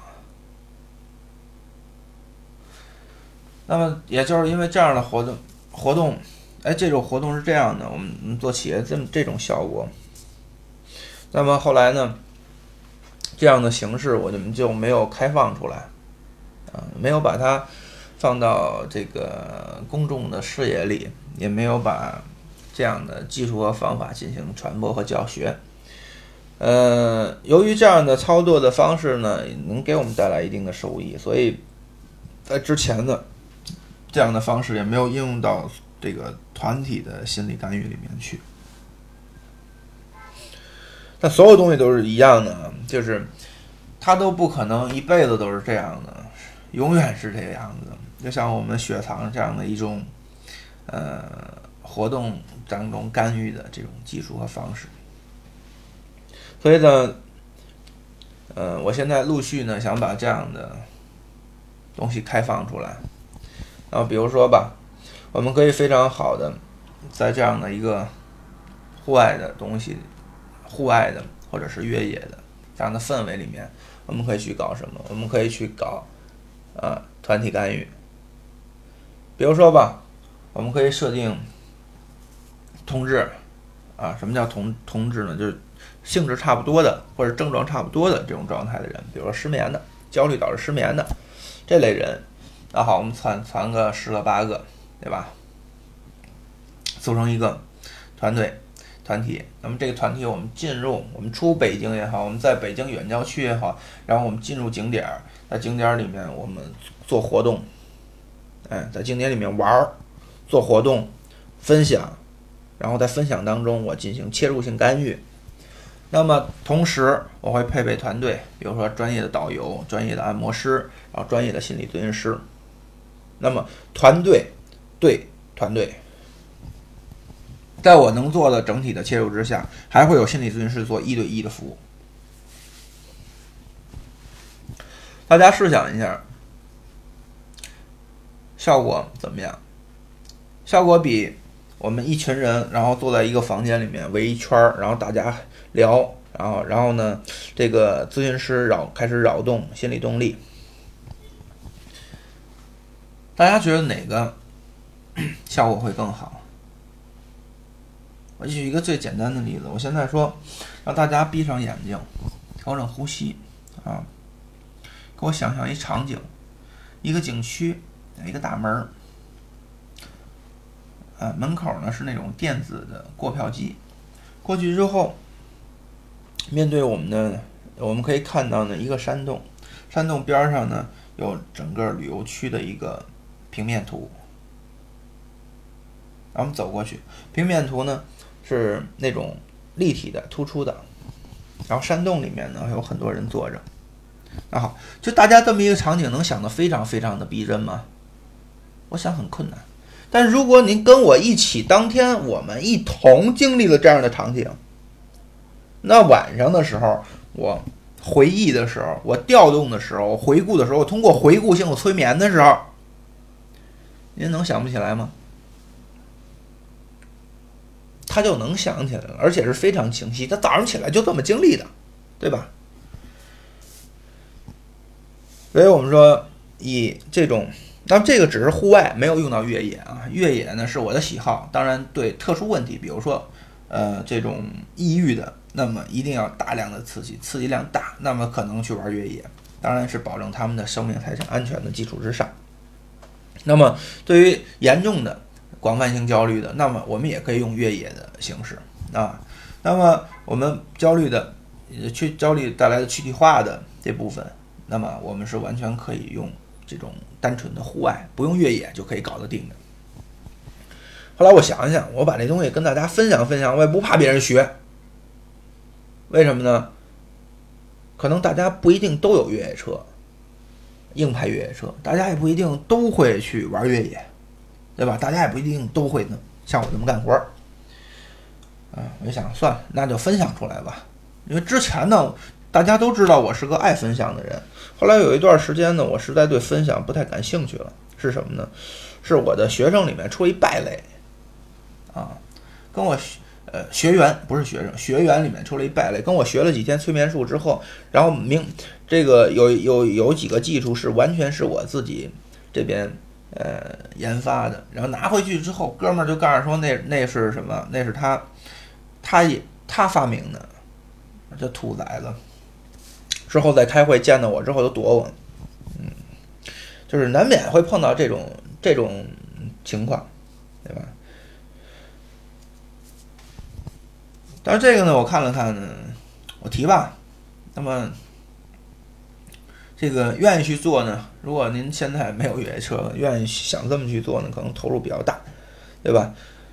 那么也就是因为这样的活动，这种活动是这样的，我们做企业这种效果。那么后来呢，这样的形式我们就没有开放出来，没有把它放到这个公众的视野里，也没有把这样的技术和方法进行传播和教学。由于这样的操作的方式呢，能给我们带来一定的收益，所以在之前呢，这样的方式也没有应用到这个团体的心理干预里面去。但所有东西都是一样的，就是它都不可能一辈子都是这样的，永远是这个样子。就像我们雪藏这样的一种活动当中干预的这种技术和方式。所以呢，我现在陆续呢想把这样的东西开放出来。然后比如说吧，我们可以非常好的在这样的一个户外的或者是越野的这样的氛围里面，我们可以去搞什么？我们可以去搞团体干预。比如说吧，我们可以设定同志什么叫同志呢？就是性质差不多的或者症状差不多的这种状态的人，比如说失眠的、焦虑导致失眠的这类人，那好，我们传个10个8个，对吧？组成一个团体。那么这个团体我们出北京也好，我们在北京远郊区也好，然后我们进入景点，在景点里面我们做活动在景点里面玩，做活动，分享，然后在分享当中我进行切入性干预。那么同时我会配备团队，比如说专业的导游、专业的按摩师，然后专业的心理咨询师。那么团队对团队，在我能做的整体的切入之下，还会有心理咨询师做1对1的服务。大家试想一下，效果怎么样？效果比我们一群人然后坐在一个房间里面围一圈，然后大家聊，然后呢，这个咨询师开始扰动心理动力。大家觉得哪个效果会更好？我举一个最简单的例子，我现在说让大家闭上眼睛，调整呼吸啊，给我想象一场景，一个景区，一个大门，门口呢是那种电子的过票机，过去之后，面对我们可以看到呢一个山洞，山洞边上呢有整个旅游区的一个平面图，然后我们走过去，平面图呢是那种立体的、突出的，然后山洞里面呢有很多人坐着。那好，就大家这么一个场景，能想得非常非常的逼真吗？我想很困难。但如果您跟我一起，当天我们一同经历了这样的场景，那晚上的时候，我回忆的时候，我调动的时候，我回顾的时候，我通过回顾性的催眠的时候，您能想不起来吗？他就能想起来了，而且是非常清晰。他早上起来就这么经历的，对吧？所以我们说以这种，那这个只是户外，没有用到越野啊。越野呢是我的喜好，当然对特殊问题，比如说这种抑郁的，那么一定要大量的刺激量大，那么可能去玩越野，当然是保证他们的生命财产安全的基础之上。那么对于严重的广泛性焦虑的，那么我们也可以用越野的形式啊。那么我们焦虑带来的躯体化的这部分，那么我们是完全可以用这种单纯的户外，不用越野就可以搞得定的。后来我想一想，我把这东西跟大家分享分享，我也不怕别人学。为什么呢？可能大家不一定都有越野车，硬派越野车，大家也不一定都会去玩越野，对吧？大家也不一定都会像我这么干活我就想算了，那就分享出来吧。因为之前呢，大家都知道我是个爱分享的人，后来有一段时间呢，我实在对分享不太感兴趣了。是什么呢？是我的学生里面出一败类跟我学员不是学生，学员里面出了一败类，跟我学了几天催眠术之后，然后这个有几个技术是完全是我自己这边研发的，然后拿回去之后，哥们儿就告诉说那是什么？那是他发明的，这兔崽子。之后在开会见到我之后都躲我，就是难免会碰到这种情况，对吧？但是这个呢，我看了看呢，我提吧。那么这个愿意去做呢，如果您现在没有越野车，愿意想这么去做呢，可能投入比较大，对吧？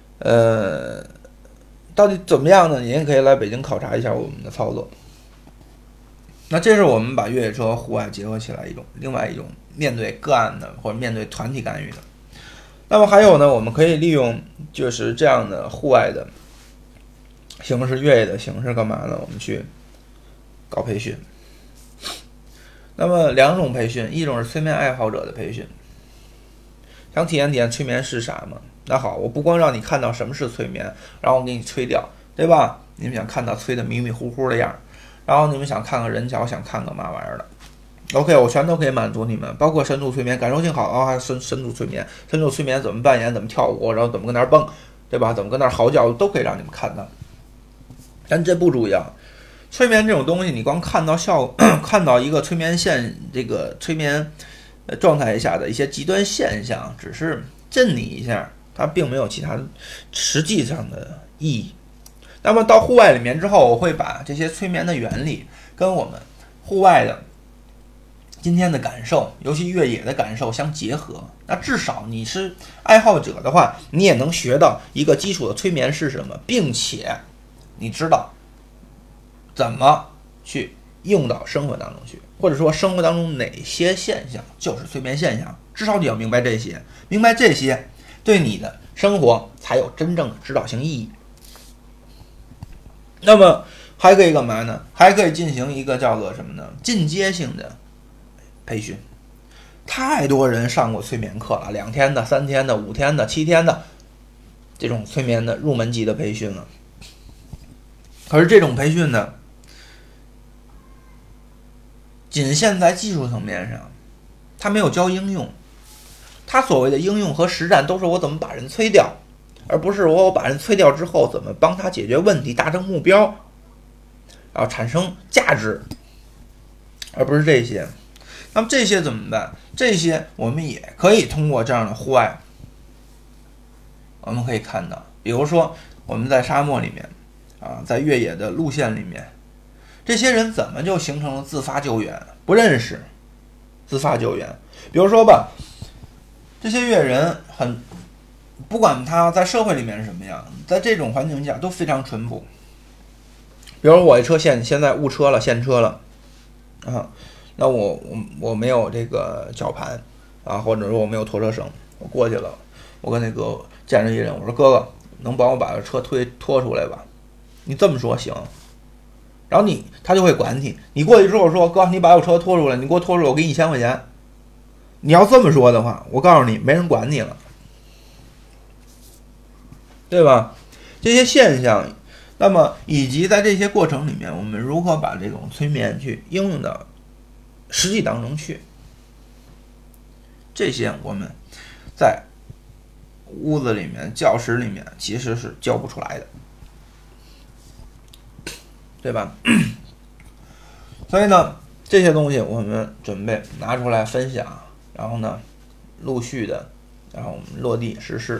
到底怎么样呢？您也可以来北京考察一下我们的操作。那这是我们把越野车和户外结合起来另外一种面对个案的或者面对团体干预的。那么还有呢，我们可以利用就是这样的户外的形式、越野的形式干嘛呢？我们去搞培训。那么两种培训，一种是催眠爱好者的培训，想体验体验催眠是啥吗？那好，我不光让你看到什么是催眠，然后我给你催掉，对吧？你们想看到催的迷迷糊糊的样，然后你们想看个人脚，想看个嘛玩意儿的 ，OK， 我全都可以满足你们，包括深度催眠，感受性好还深度催眠，深度催眠怎么扮演，怎么跳舞，然后怎么跟那儿蹦，对吧？怎么跟那儿嚎叫，都可以让你们看到。但这不重要，催眠这种东西，你光看到看到一个催眠这个催眠状态下的一些极端现象，只是震你一下，它并没有其他实际上的意义。那么到户外里面之后，我会把这些催眠的原理跟我们户外的今天的感受，尤其越野的感受相结合，那至少你是爱好者的话，你也能学到一个基础的催眠是什么，并且你知道怎么去用到生活当中去，或者说生活当中哪些现象就是催眠现象，至少你要明白这些，明白这些对你的生活才有真正的指导性意义。那么还可以干嘛呢？还可以进行一个叫做什么呢？进阶性的培训。太多人上过催眠课了，2天的、3天的、5天的、7天的这种催眠的入门级的培训了。可是这种培训呢，仅限在技术层面上，它没有教应用。它所谓的应用和实战都是我怎么把人催掉，而不是我把人催掉之后怎么帮他解决问题、达成目标，然后产生价值，而不是这些。那么这些怎么办？这些我们也可以通过这样的户外，我们可以看到，比如说我们在沙漠里面在越野的路线里面，这些人怎么就形成了自发救援？不认识自发救援。比如说吧，这些越野人不管他在社会里面是什么样，在这种环境下都非常淳朴。比如我这车现在误车了，陷车了那我没有这个绞盘或者说我没有拖车绳，我过去了，我跟那个见着一人，我说哥哥，能帮我把车拖出来吧？你这么说行，然后他就会管你。你过去之后说，哥，你把我车拖出来，你给我拖出来，我给你1000块钱。你要这么说的话，我告诉你，没人管你了，对吧？这些现象，那么以及在这些过程里面，我们如何把这种催眠去应用到实际当中去，这些我们在屋子里面、教室里面其实是教不出来的，对吧？所以呢，这些东西我们准备拿出来分享，然后呢，陆续的，然后我们落地实施。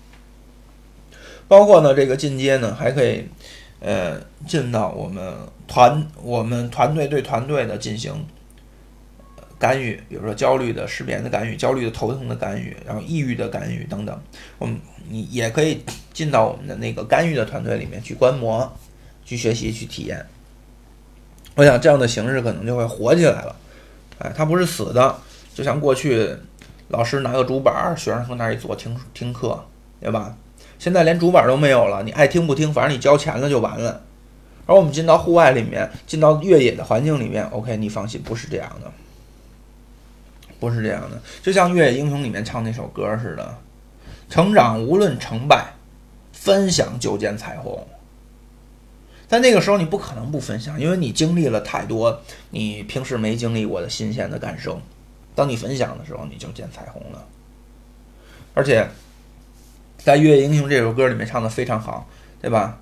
包括呢，这个进阶呢，还可以进到我们团队对团队的进行干预，比如说焦虑的失眠的干预、焦虑的头疼的干预，然后抑郁的干预等等。你也可以进到我们的那个干预的团队里面去观摩、去学习、去体验。我想这样的形式可能就会活起来了，它不是死的。就像过去老师拿个主板，学生从那儿一坐听课，对吧？现在连主板都没有了，你爱听不听，反正你交钱了就完了。而我们进到户外里面，进到越野的环境里面 ，OK， 你放心，不是这样的，不是这样的。就像《越野英雄》里面唱那首歌似的，成长无论成败，分享就见彩虹。在那个时候你不可能不分享，因为你经历了太多你平时没经历过的新鲜的感受。当你分享的时候，你就见彩虹了。而且在《越野英雄》这首歌里面唱的非常好，对吧？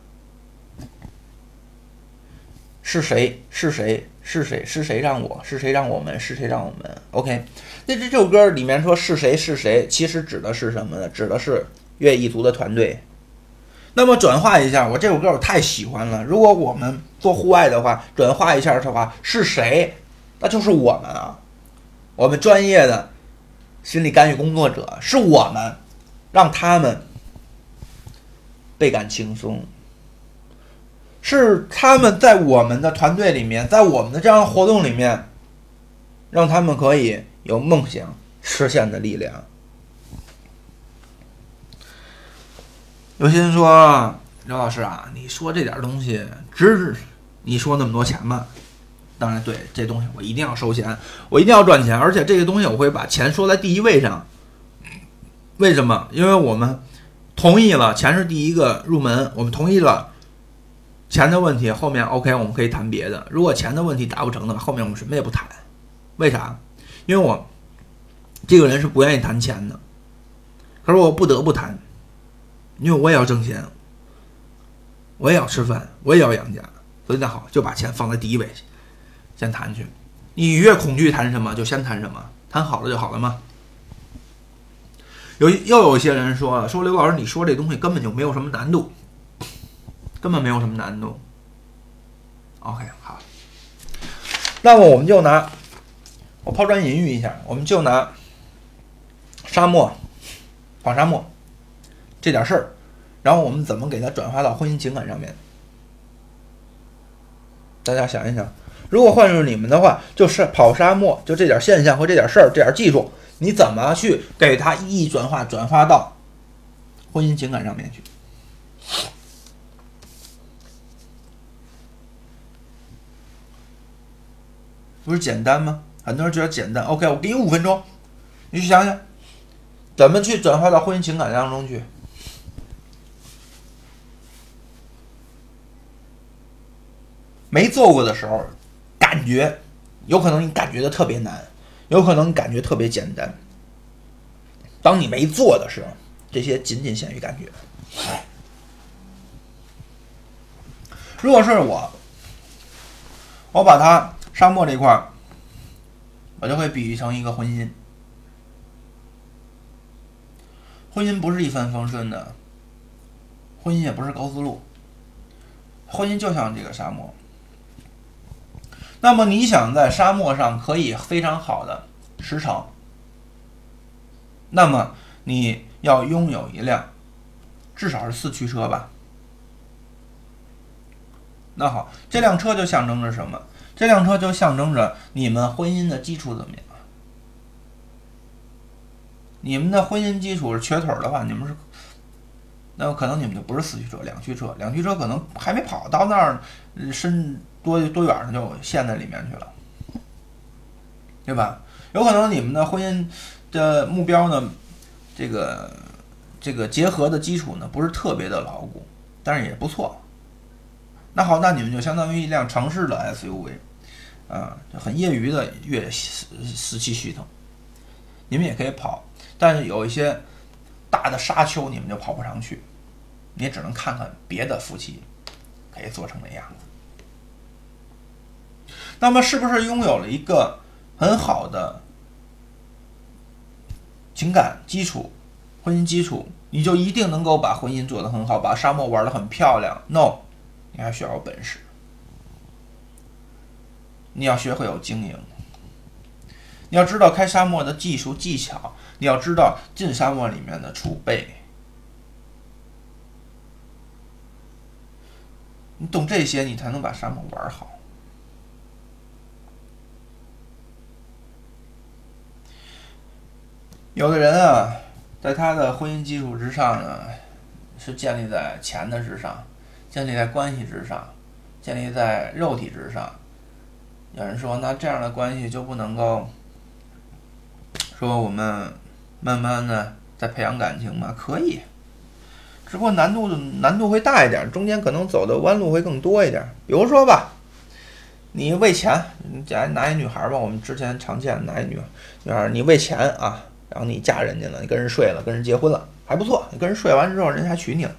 是谁让我，是谁让我们，是谁让我们 OK。 那这首歌里面说是谁，其实指的是什么呢？指的是越野一族的团队。那么转化一下，我这首歌我太喜欢了，如果我们做户外的话，转化一下的话，是谁？那就是我们啊，我们专业的心理干预工作者，是我们让他们倍感轻松，是他们在我们的团队里面，在我们的这样的活动里面，让他们可以有梦想实现的力量。有些人说，刘老师啊，你说这点东西值你说那么多钱吗？当然对，这东西我一定要收钱，我一定要赚钱，而且这个东西我会把钱说在第一位上。为什么？因为我们同意了钱是第一个入门，我们同意了钱的问题，后面 OK 我们可以谈别的。如果钱的问题达不成的话，后面我们什么也不谈。为啥？因为我这个人是不愿意谈钱的，可是我不得不谈，因为我也要挣钱，我也要吃饭，我也要养家，所以那好，就把钱放在第一位，先谈去。你越恐惧谈什么，就先谈什么，谈好了就好了嘛。又有一些人说刘老师，你说这东西根本就没有什么难度，根本没有什么难度。OK， 好，那么我们就拿我抛砖引玉一下，我们就拿沙漠跑沙漠这点事儿，然后我们怎么给它转化到婚姻情感上面？大家想一想，如果换成你们的话，就是跑沙漠，就这点现象和这点事儿、这点技术，你怎么去给它一转化到婚姻情感上面去？不是简单吗？很多人觉得简单。OK， 我给你5分钟，你去想想，怎么去转化到婚姻情感当中去？没做过的时候，感觉有可能你感觉的特别难，有可能你感觉特别简单。当你没做的时候，这些仅仅限于感觉。如果是我把它沙漠这块，我就会比喻成一个婚姻。婚姻不是一帆风顺的，婚姻也不是高速路，婚姻就像这个沙漠。那么你想在沙漠上可以非常好的驰骋，那么你要拥有一辆至少是4驱车吧。那好，这辆车就象征着什么？这辆车就象征着你们婚姻的基础怎么样？你们的婚姻基础是瘸腿的话，你们是，那可能你们就不是4驱车，2驱车，2驱车可能还没跑到那儿，深多远上就陷在里面去了，对吧？有可能你们的婚姻的目标呢，这个结合的基础呢不是特别的牢固，但是也不错。那好，那你们就相当于一辆城市的 SUV， 很业余的越野4驱系统，你们也可以跑，但是有一些大的沙丘你们就跑不上去，你也只能看看别的夫妻可以做成那样子。那么是不是拥有了一个很好的情感基础、婚姻基础，你就一定能够把婚姻做得很好，把沙漠玩得很漂亮 ？No， 你还需要有本事，你要学会有经营，你要知道开沙漠的技术技巧，你要知道进沙漠里面的储备，你懂这些，你才能把沙漠玩好。有的人啊，在他的婚姻基础之上呢，是建立在钱的之上，建立在关系之上，建立在肉体之上。有人说，那这样的关系就不能够说我们慢慢的在培养感情吗？可以，只不过难度会大一点，中间可能走的弯路会更多一点。比如说吧，你为钱，拿一女孩吧，我们之前常见拿一女孩，你为钱啊，然后你嫁人家了，你跟人睡了，跟人结婚了，还不错。你跟人睡完之后，人家还娶你了。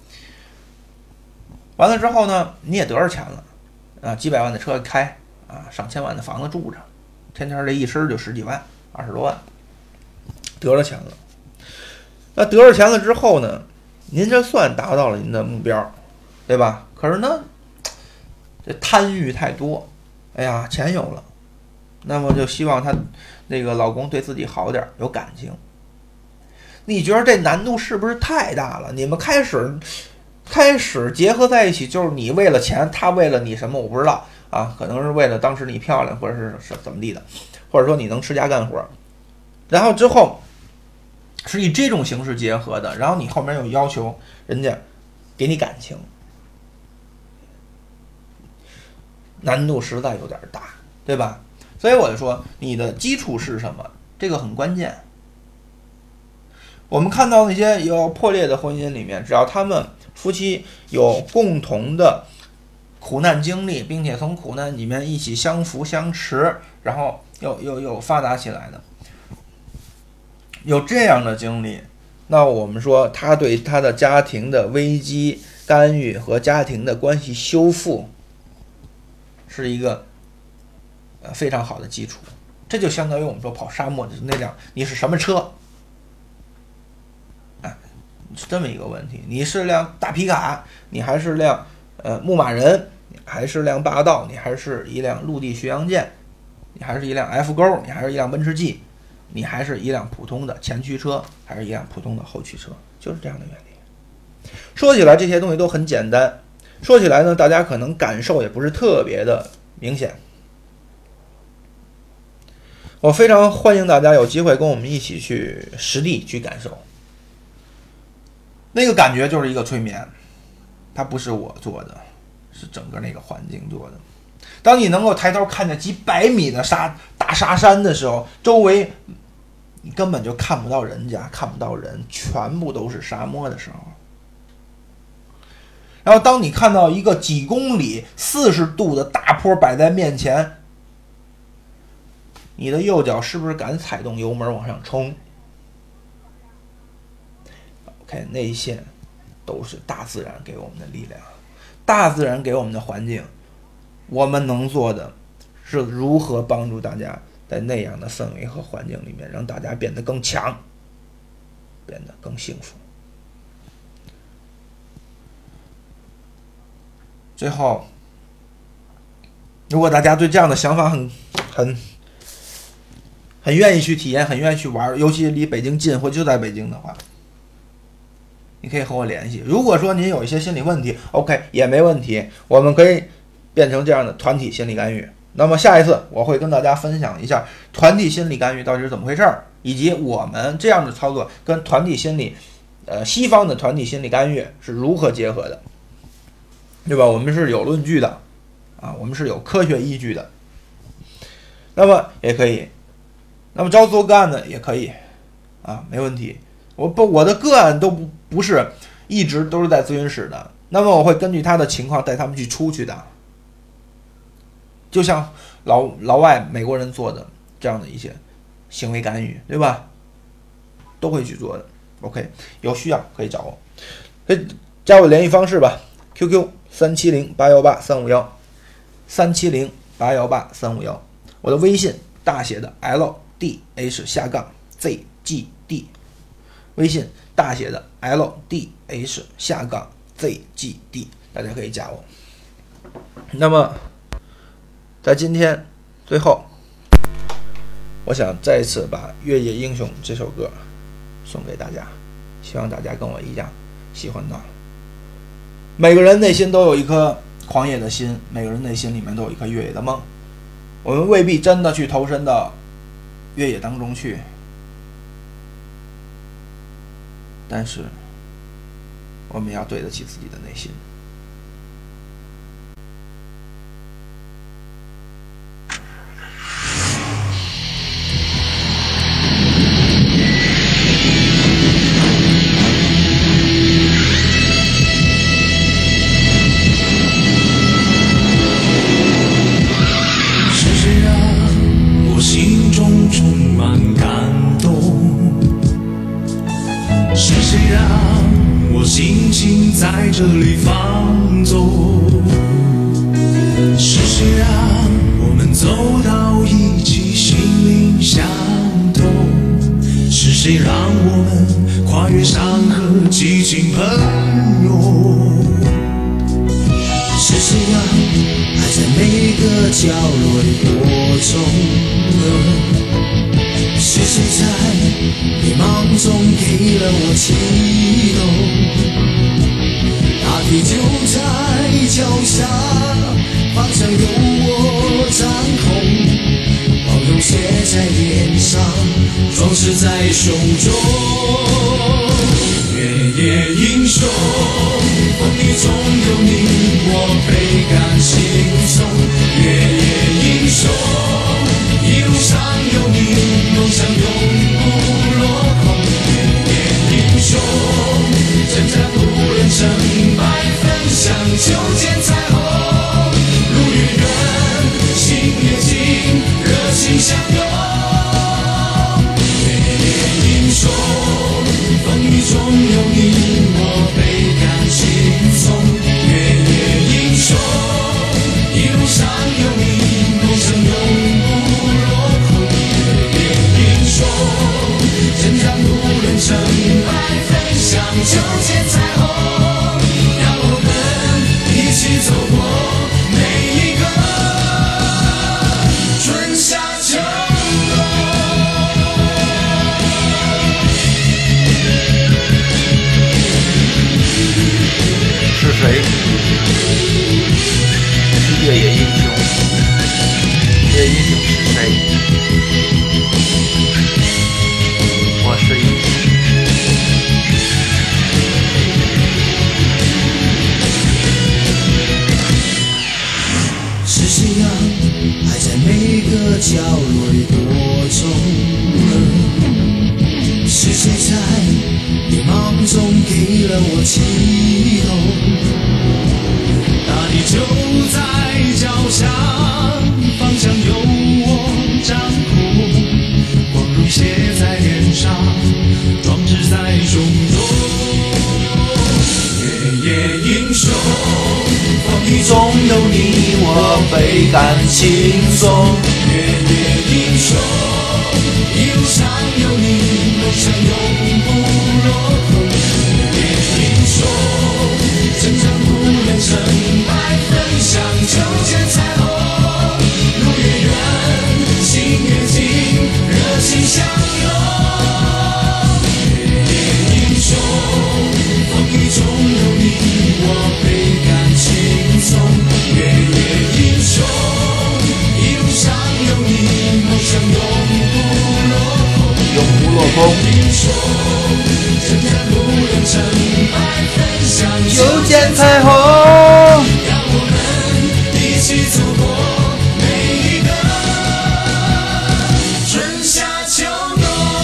完了之后呢，你也得着钱了，啊，几百万的车开，啊，上千万的房子住着，天天这一身就10几万、20多万，得着钱了。那得着钱了之后呢，您这算达到了您的目标，对吧？可是呢，这贪欲太多，哎呀，钱有了，那么就希望他那个老公对自己好点，有感情。你觉得这难度是不是太大了？你们开始结合在一起，就是你为了钱，他为了你什么我不知道啊，可能是为了当时你漂亮，或者是怎么地的，或者说你能持家干活，然后之后是以这种形式结合的，然后你后面又要求人家给你感情，难度实在有点大，对吧？所以我就说你的基础是什么，这个很关键。我们看到那些有破裂的婚姻里面，只要他们夫妻有共同的苦难经历，并且从苦难里面一起相扶相持，然后又发达起来的，有这样的经历，那我们说他对他的家庭的危机干预和家庭的关系修复是一个非常好的基础。这就相当于我们说跑沙漠的那辆，你是什么车？是这么一个问题，你是辆大皮卡，你还是辆牧马人，你还是辆霸道，你还是一辆陆地巡洋舰， 你还是一辆 F 勾，你还是一辆奔驰 G， 你还是一辆普通的前驱车，还是一辆普通的后驱车，就是这样的原理。说起来这些东西都很简单，说起来呢，大家可能感受也不是特别的明显。我非常欢迎大家有机会跟我们一起去实地去感受，那个感觉就是一个催眠，它不是我做的，是整个那个环境做的。当你能够抬头看见几百米的大沙山的时候，周围你根本就看不到人家，看不到人，全部都是沙漠的时候，然后当你看到一个几公里40度的大坡摆在面前，你的右脚是不是敢踩动油门往上冲？ OK， 那些都是大自然给我们的力量，大自然给我们的环境，我们能做的是如何帮助大家在那样的氛围和环境里面，让大家变得更强，变得更幸福。最后，如果大家对这样的想法很愿意去体验，很愿意去玩，尤其离北京近或就在北京的话，你可以和我联系。如果说您有一些心理问题 ，OK 也没问题，我们可以变成这样的团体心理干预。那么下一次我会跟大家分享一下团体心理干预到底是怎么回事，以及我们这样的操作跟团体心理，西方的团体心理干预是如何结合的，对吧？我们是有论据的，啊，我们是有科学依据的。那么也可以，那么招做个案的也可以，啊，没问题。我的个案都不是一直都是在咨询室的，那么我会根据他的情况带他们去出去的，就像老外美国人做的这样的一些行为干预，对吧？都会去做的。OK， 有需要可以找我，可以加我联系方式吧 ，QQ 370818351，370818351，我的微信大写的 LDH_ZGD。微信大写的 LDH_ZGD， 大家可以加我。那么在今天最后，我想再次把《越野英雄》这首歌送给大家，希望大家跟我一样喜欢它。每个人内心都有一颗狂野的心，每个人内心里面都有一颗越野的梦。我们未必真的去投身到越野当中去，但是我们要对得起自己的内心。 是谁让我心中充满感动？是谁让我心情在这里放纵？是谁让我们走到一起心灵相通？是谁让我们跨越山河激情喷涌？是谁让爱在每个角落里播种？是谁在迷茫中给了我启动？大地就在脚下，方向由我掌控，光荣写在脸上，壮士在胸中。越野英雄，风雨中有你，我倍感轻松。越野英雄，一路上有你，梦想永不落空。越野英雄，征战无论成败，分享就见彩虹。路越远，心越近，热情相拥。越野英雄，风雨中有你，我倍感轻松。越野英雄，一路上有你，梦想永不落空。越野英雄，征战无论成败，分享就见彩虹。让我们一起走过每一个春夏。 给了我启动，大地就在脚下，方向由我掌控，光荣写在脸上，壮志在胸中。夜夜英雄，风雨中有你，我倍感轻松。夜夜英雄，一路上有你，梦想永不落空。夜夜英雄，征战不愿成败，分享就见彩虹。路越远，心越近，热情相拥。夜夜英雄，风雨中有你，我倍感轻松。夜夜英雄，一路上有你，梦想永不落空。 永不落空， 英雄，征战不论成败，分享就见彩虹。 让我们一起走过每一个春夏秋冬。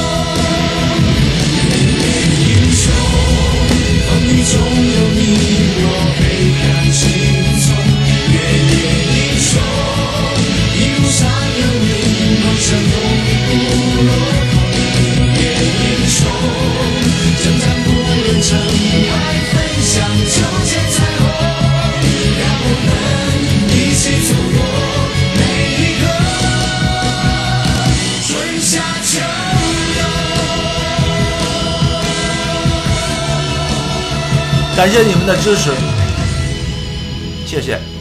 夜夜英雄，风雨中有你，我倍感轻松。夜夜英雄，一路上有你，梦想永不落空。夜夜英雄，征战不论成败，分享就见彩虹。让我们一起走过每一个春夏秋冬。 感谢你们的支持，谢谢。